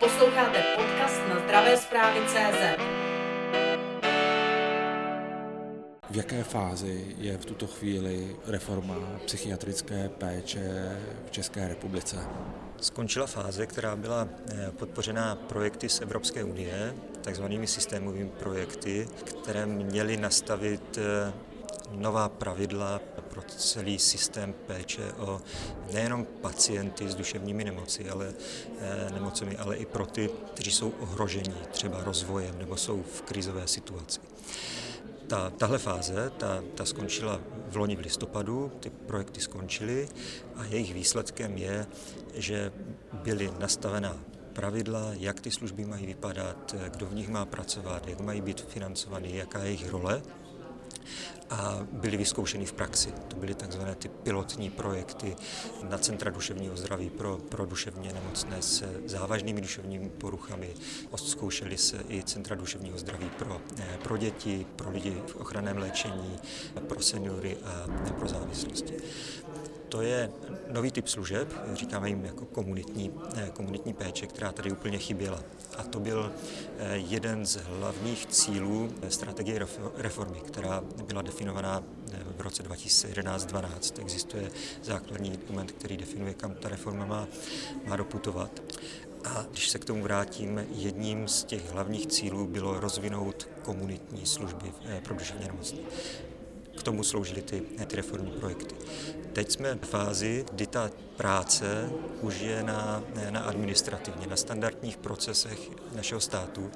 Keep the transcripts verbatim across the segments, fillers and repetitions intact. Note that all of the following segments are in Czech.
Posloucháte podcast na zdravé zprávy tečka cé zet. V jaké fázi je v tuto chvíli reforma psychiatrické péče v České republice? Skončila fáze, která byla podpořena projekty z Evropské unie, takzvanými systémovými projekty, které měly nastavit nová pravidla pro celý systém péče o nejenom pacienty s duševními nemoci, ale, nemocemi, ale i pro ty, kteří jsou ohroženi třeba rozvojem nebo jsou v krizové situaci. Ta, tahle fáze, ta, ta skončila v loni v listopadu, ty projekty skončily a jejich výsledkem je, že byly nastavená pravidla, jak ty služby mají vypadat, kdo v nich má pracovat, jak mají být financovaný, jaká je jejich role, a byly vyzkoušeny v praxi. To byly takzvané ty pilotní projekty na centra duševního zdraví pro, pro duševně nemocné se závažnými duševními poruchami. Zkoušely se i centra duševního zdraví pro, pro děti, pro lidi v ochranném léčení, pro seniory a pro závislosti. To je nový typ služeb, říkáme jim jako komunitní, komunitní péče, která tady úplně chyběla. A to byl jeden z hlavních cílů strategie reformy, která byla definovaná v roce dva tisíce jedenáct dvanáct. Existuje základní dokument, který definuje, kam ta reforma má, má doputovat. A když se k tomu vrátím, jedním z těch hlavních cílů bylo rozvinout komunitní služby pro duševně nemocné. K tomu sloužily ty, ty reformní projekty. Teď jsme v fázi, kdy ta práce už je na, na administrativně, na standardních procesech našeho státu,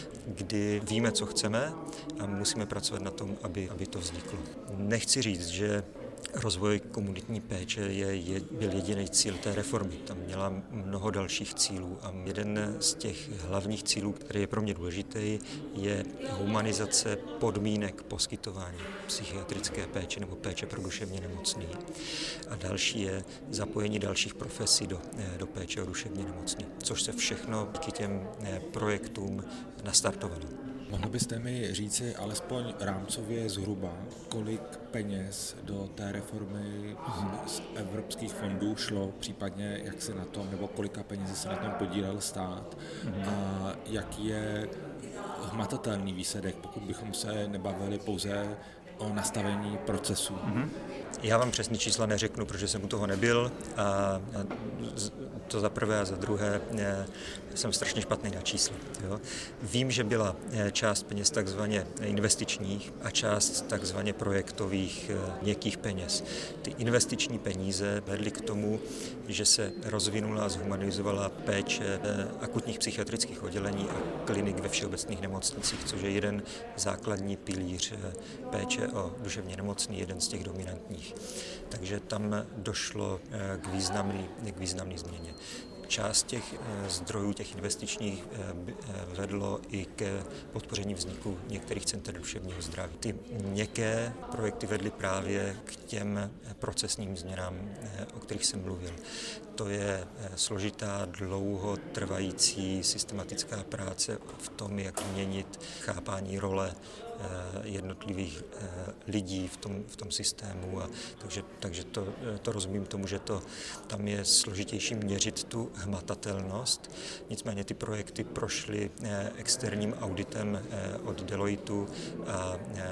kdy víme, co chceme a musíme pracovat na tom, aby, aby to vzniklo. Nechci říct, že rozvoj komunitní péče je, je, byl jediný cíl té reformy. Tam měla mnoho dalších cílů a jeden z těch hlavních cílů, který je pro mě důležitý, je humanizace podmínek poskytování psychiatrické péče nebo péče pro duševně nemocný. A další je zapojení dalších profesí do, do péče o duševně nemocný, což se všechno díky těm projektům nastartovalo. Mohl byste mi říci alespoň rámcově zhruba, kolik peněz do té reformy z evropských fondů šlo, případně jak se na tom, nebo kolika penězi se na tom podílel stát mm-hmm. a jaký je hmatatelný výsledek, pokud bychom se nebavili pouze o nastavení procesu. Mm-hmm. Já vám přesně čísla neřeknu, protože jsem u toho nebyl a to za prvé a za druhé jsem strašně špatný na čísla. Jo. Vím, že byla část peněz takzvaně investičních a část takzvaně projektových měkkých peněz. Ty investiční peníze vedly k tomu, že se rozvinula a zhumanizovala péče akutních psychiatrických oddělení a klinik ve všeobecných nemocnicích, což je jeden základní pilíř péče o duševně nemocný, jeden z těch dominantních. Takže tam došlo k významný, k významný změně. Část těch zdrojů, těch investičních, vedlo i ke podpoření vzniku některých center duševního zdraví. Ty měkké projekty vedly právě k těm procesním změnám, o kterých jsem mluvil. To je složitá, dlouho trvající systematická práce v tom, jak měnit chápání role jednotlivých lidí v tom, v tom systému. A takže takže to, to rozumím tomu, že to, tam je složitější měřit tu hmatatelnost. Nicméně ty projekty prošly externím auditem od Deloitu a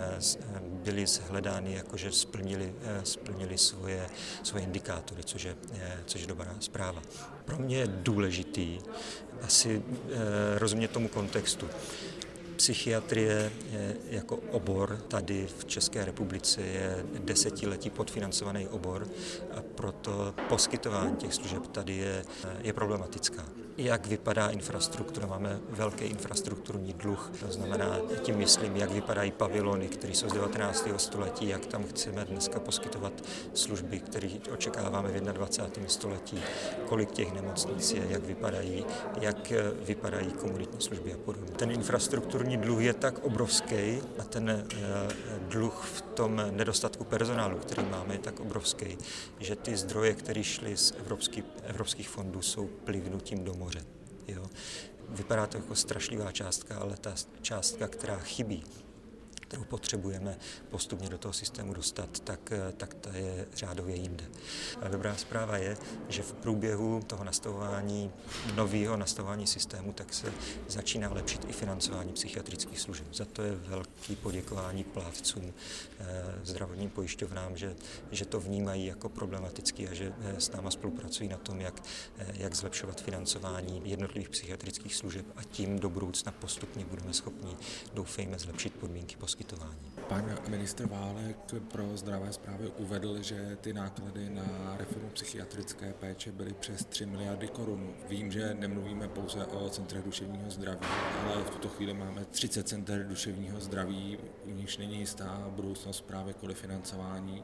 byly shledány, jakože splnili, splnili svoje, svoje indikátory, což je, což je dobrá zpráva. Pro mě je důležitý asi rozumět tomu kontextu. Psychiatrie je jako obor tady v České republice je desetiletí podfinancovaný obor a proto poskytování těch služeb tady je, je problematická. Jak vypadá infrastruktura? Máme velký infrastrukturní dluh, to znamená, tím myslím, jak vypadají pavilony, které jsou z devatenáctého století, jak tam chceme dneska poskytovat služby, které očekáváme v dvacátém prvním století, kolik těch nemocnic je, jak vypadají, jak vypadají komunitní služby a podobně. Ten infrastrukturní dluh je tak obrovský a ten dluh v tom nedostatku personálu, který máme, je tak obrovský, že ty zdroje, které šly z evropských, evropských fondů, jsou plivnutím do moře. Jo. Vypadá to jako strašlivá částka, ale ta částka, která chybí, kterou potřebujeme postupně do toho systému dostat, tak, tak ta je řádově jinde. A dobrá zpráva je, že v průběhu toho nastavování, nového nastavování systému, tak se začíná lepšit i financování psychiatrických služeb. Za to je velký poděkování plátcům, zdravotním pojišťovnám, že, že to vnímají jako problematický a že s náma spolupracují na tom, jak, jak zlepšovat financování jednotlivých psychiatrických služeb a tím do budoucna postupně budeme schopni, doufejme, zlepšit podmínky poskytování. Pan ministr Válek pro zdravé zprávy uvedl, že ty náklady na reformu psychiatrické péče byly přes tři miliardy korun. Vím, že nemluvíme pouze o centrech duševního zdraví, ale v tuto chvíli máme třicet center duševního zdraví, u nichž není jistá budoucnost právě kvůli financování.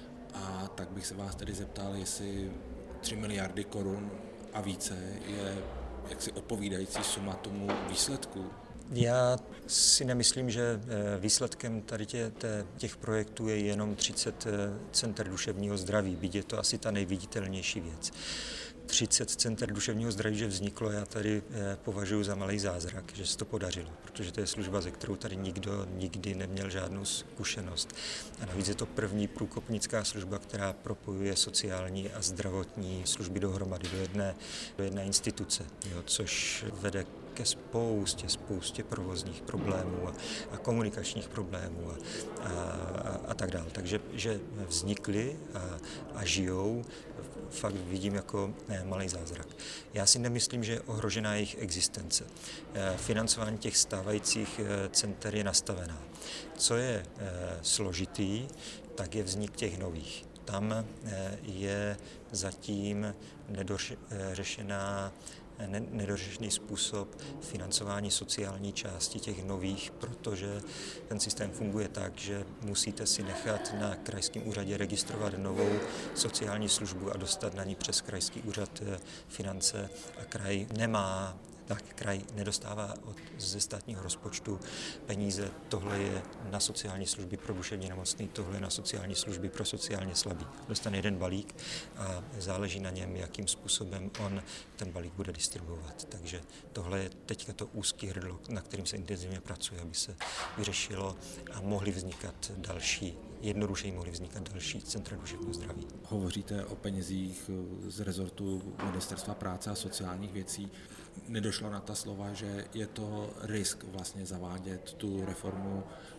A tak bych se vás tedy zeptal, jestli tři miliardy korun a více je jaksi odpovídající suma tomu výsledku. Já si nemyslím, že výsledkem tady tě, těch projektů je jenom třicet center duševního zdraví, byť je to asi ta nejviditelnější věc. třicet center duševního zdraví, že vzniklo, já tady považuji za malý zázrak, že se to podařilo, protože to je služba, ze kterou tady nikdo nikdy neměl žádnou zkušenost. A navíc je to první průkopnická služba, která propojuje sociální a zdravotní služby dohromady do jedné, do jedné instituce, jo, což vede ke spoustě, spoustě provozních problémů a, a komunikačních problémů a, a, a, a tak dále. Takže že vznikly a, a žijou, fakt vidím jako ne, malý zázrak. Já si nemyslím, že je ohrožená jejich existence. Financování těch stávajících center je nastavená. Co je složitý, tak je vznik těch nových. Tam je zatím nedořešená nedořešený způsob financování sociální části těch nových, protože ten systém funguje tak, že musíte si nechat na krajském úřadě registrovat novou sociální službu a dostat na ní přes krajský úřad finance a kraj nemá tak kraj nedostává od, ze státního rozpočtu peníze. Tohle je na sociální služby pro duševně nemocný, tohle je na sociální služby pro sociálně slabý. Dostane jeden balík a záleží na něm, jakým způsobem on ten balík bude distribuovat. Takže tohle je teďka to úzký hrdlo, na kterým se intenzivně pracuje, aby se vyřešilo a mohly vznikat další, jednodušeji mohly vznikat další centra duševního zdraví. Hovoříte o penězích z rezortu Ministerstva práce a sociálních věcí. Nedošlo na ta slova, že je to risk vlastně zavádět tu reformu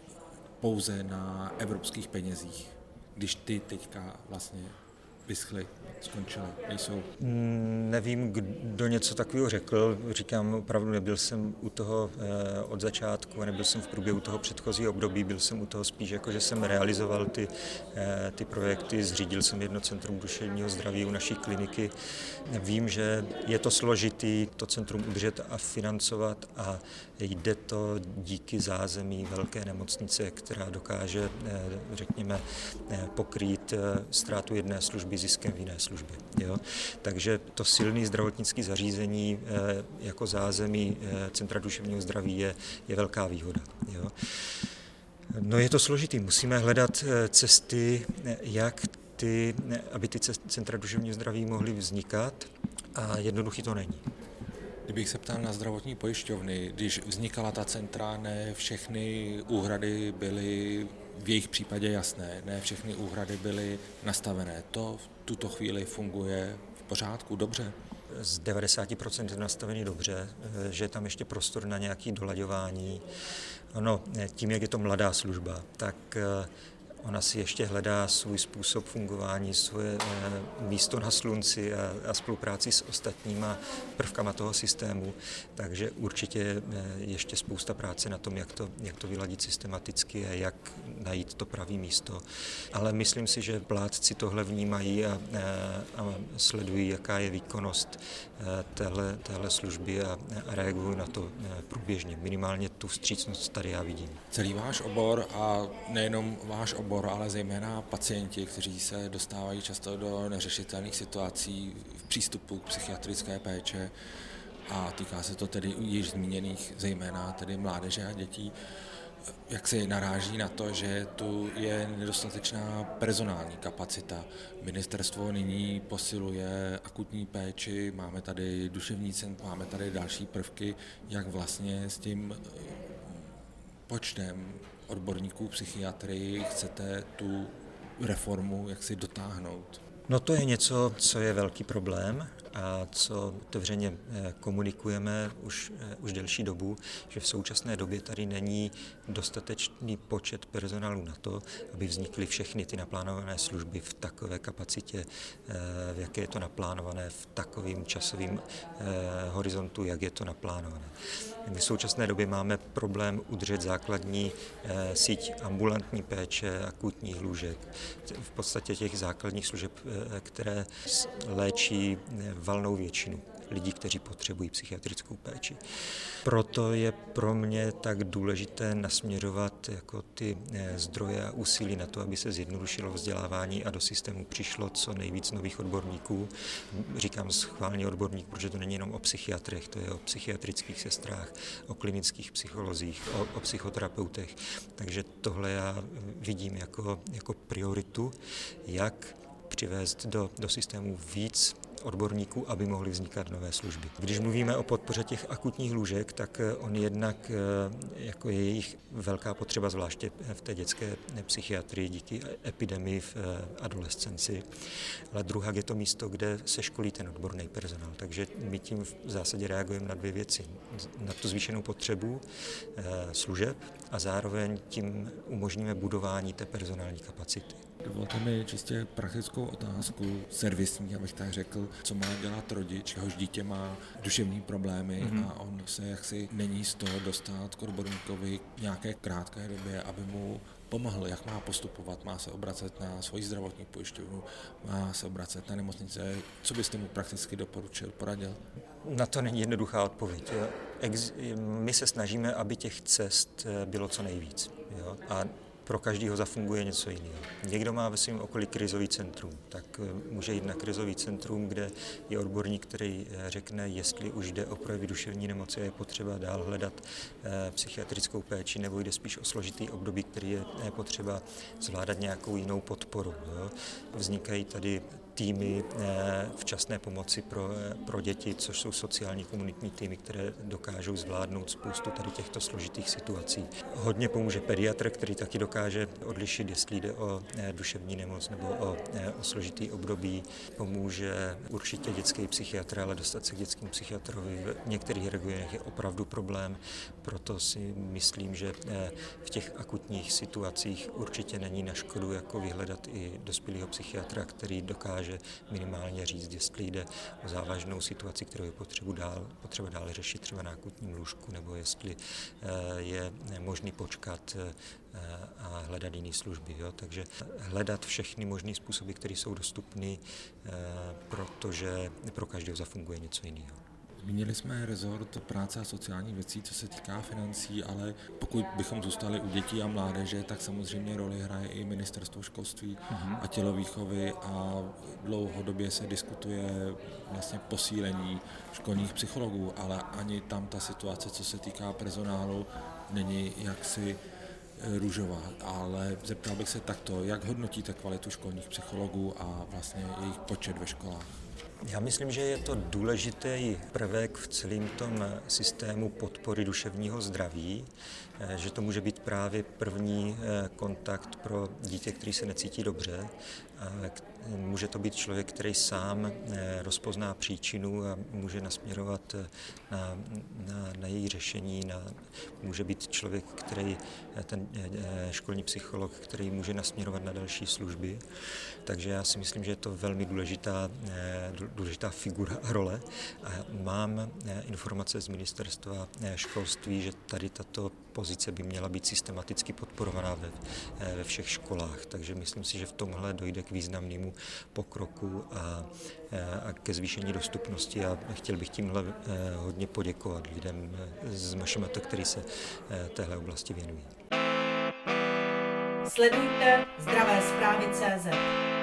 pouze na evropských penězích, když ty teďka vlastně vyschly, skončily, nejsou. Nevím, kdo něco takového řekl. Říkám, opravdu nebyl jsem u toho eh, od začátku, nebyl jsem v průběhu toho předchozího období, byl jsem u toho spíš jako, že jsem realizoval ty, eh, ty projekty, zřídil jsem jedno centrum duševního zdraví u naší kliniky. Vím, že je to složitý to centrum udržet a financovat a jde to díky zázemí velké nemocnice, která dokáže, eh, řekněme, eh, pokrýt eh, ztrátu jedné služby ziskem v jiné službě. Jo? Takže to silné zdravotnické zařízení eh, jako zázemí eh, centra duševního zdraví je, je velká výhoda. Jo? No je to složitý, musíme hledat eh, cesty, eh, jak ty, eh, aby ty centra duševního zdraví mohly vznikat a jednoduchý to není. Kdybych se ptal na zdravotní pojišťovny, když vznikala ta centra, ne všechny úhrady byly v jejich případě jasné, ne všechny úhrady byly nastavené. To v tuto chvíli funguje v pořádku, dobře? Z devadesát procent je nastavený dobře, že je tam ještě prostor na nějaké dolaďování. Ono, tím, jak je to mladá služba, tak ona si ještě hledá svůj způsob fungování, svoje místo na slunci a, a spolupráci s ostatníma prvkama toho systému. Takže určitě ještě spousta práce na tom, jak to, jak to vyladit systematicky a jak najít to pravé místo. Ale myslím si, že plátci tohle vnímají a, a sledují, jaká je výkonnost téhle, téhle služby a, a reagují na to průběžně. Minimálně tu vstřícnost tady já vidím. Celý váš obor a nejenom váš obor, ale zejména pacienti, kteří se dostávají často do neřešitelných situací v přístupu k psychiatrické péče a týká se to tedy již zmíněných zejména tedy mládeže a dětí, jak se naráží na to, že tu je nedostatečná personální kapacita. Ministerstvo nyní posiluje akutní péči, máme tady duševní centrum, máme tady další prvky, jak vlastně s tím počtem odborníků psychiatrii chcete tu reformu jaksi dotáhnout? No to je něco, co je velký problém a co otevřeně komunikujeme už, už delší dobu, že v současné době tady není dostatečný počet personálu na to, aby vznikly všechny ty naplánované služby v takové kapacitě, v jaké je to naplánované, v takovým časovým horizontu, jak je to naplánované. My v současné době máme problém udržet základní síť ambulantní péče, akutních lůžek, v podstatě těch základních služeb, které léčí valnou většinu lidí, kteří potřebují psychiatrickou péči. Proto je pro mě tak důležité nasměrovat jako ty zdroje a úsilí na to, aby se zjednodušilo vzdělávání a do systému přišlo co nejvíc nových odborníků. Říkám schválně odborník, protože to není jenom o psychiatrech, to je o psychiatrických sestrách, o klinických psycholozích, o, o psychoterapeutech. Takže tohle já vidím jako, jako prioritu, jak přivést do, do systému víc odborníků, aby mohly vznikat nové služby. Když mluvíme o podpoře těch akutních lůžek, tak on jednak jako je jejich velká potřeba, zvláště v té dětské psychiatrii díky epidemii v adolescenci, ale druhá je to místo, kde se školí ten odborný personál. Takže my tím v zásadě reagujeme na dvě věci. Na tu zvýšenou potřebu služeb a zároveň tím umožníme budování té personální kapacity. Dovolte mi čistě praktickou otázku, servisní, abych tak řekl, co má dělat rodič, jehož dítě má duševní problémy mm-hmm. a on se jaksi není z toho dostat k odborníkovi v nějaké krátké době, aby mu pomohl, jak má postupovat, má se obracet na svoji zdravotní pojišťovnu, má se obracet na nemocnice, co byste mu prakticky doporučil, poradil? Na to není jednoduchá odpověď. My se snažíme, aby těch cest bylo co nejvíc. Jo? A pro každého zafunguje něco jiného. Někdo má ve svém okolí krizový centrum, tak může jít na krizový centrum, kde je odborník, který řekne, jestli už jde o projevy duševní nemoci a je potřeba dál hledat psychiatrickou péči, nebo jde spíš o složitý období, který je potřeba zvládat nějakou jinou podporu. Jo. Vznikají tady týmy včasné pomoci pro, pro děti, což jsou sociální komunitní týmy, které dokážou zvládnout spoustu tady těchto složitých situací. Hodně pomůže pediatr, který taky dokáže odlišit, jestli jde o duševní nemoc nebo o, o složitý období. Pomůže určitě dětský psychiatr, ale dostat se k dětskému psychiatrovi v některých regionech je opravdu problém, proto si myslím, že v těch akutních situacích určitě není na škodu jako vyhledat i dospělého psychiatra, který dokáže minimálně říct, jestli jde o závažnou situaci, kterou je potřeba dál, potřeba dál řešit třeba na akutním lůžku, nebo jestli je možný počkat a hledat jiné služby. Jo? Takže hledat všechny možné způsoby, které jsou dostupné, protože pro každého zafunguje něco jiného. Zmínili jsme rezort práce a sociálních věcí, co se týká financí, ale pokud bychom zůstali u dětí a mládeže, tak samozřejmě roli hraje i ministerstvo školství mm-hmm. a tělovýchovy a dlouhodobě se diskutuje vlastně posílení školních psychologů, ale ani tam ta situace, co se týká personálu, není jaksi růžová, ale zeptal bych se takto, jak hodnotíte kvalitu školních psychologů a vlastně jejich počet ve školách? Já myslím, že je to důležitý prvek v celém tom systému podpory duševního zdraví, že to může být právě první kontakt pro dítě, který se necítí dobře. Může to být člověk, který sám rozpozná příčinu a může nasměrovat na, na, na její řešení. Na, může být člověk, který, ten školní psycholog, který může nasměrovat na další služby. Takže já si myslím, že je to velmi důležitá, důležitá figura a role. A mám informace z ministerstva školství, že tady tato pozice by měla být systematicky podporovaná ve, ve všech školách. Takže myslím si, že v tomhle dojde k významnému pokroku a, a ke zvýšení dostupnosti a chtěl bych tímhle hodně poděkovat lidem z M Š M T, který se téhle oblasti věnují. Sledujte Zdravé zprávy tečka cé zet.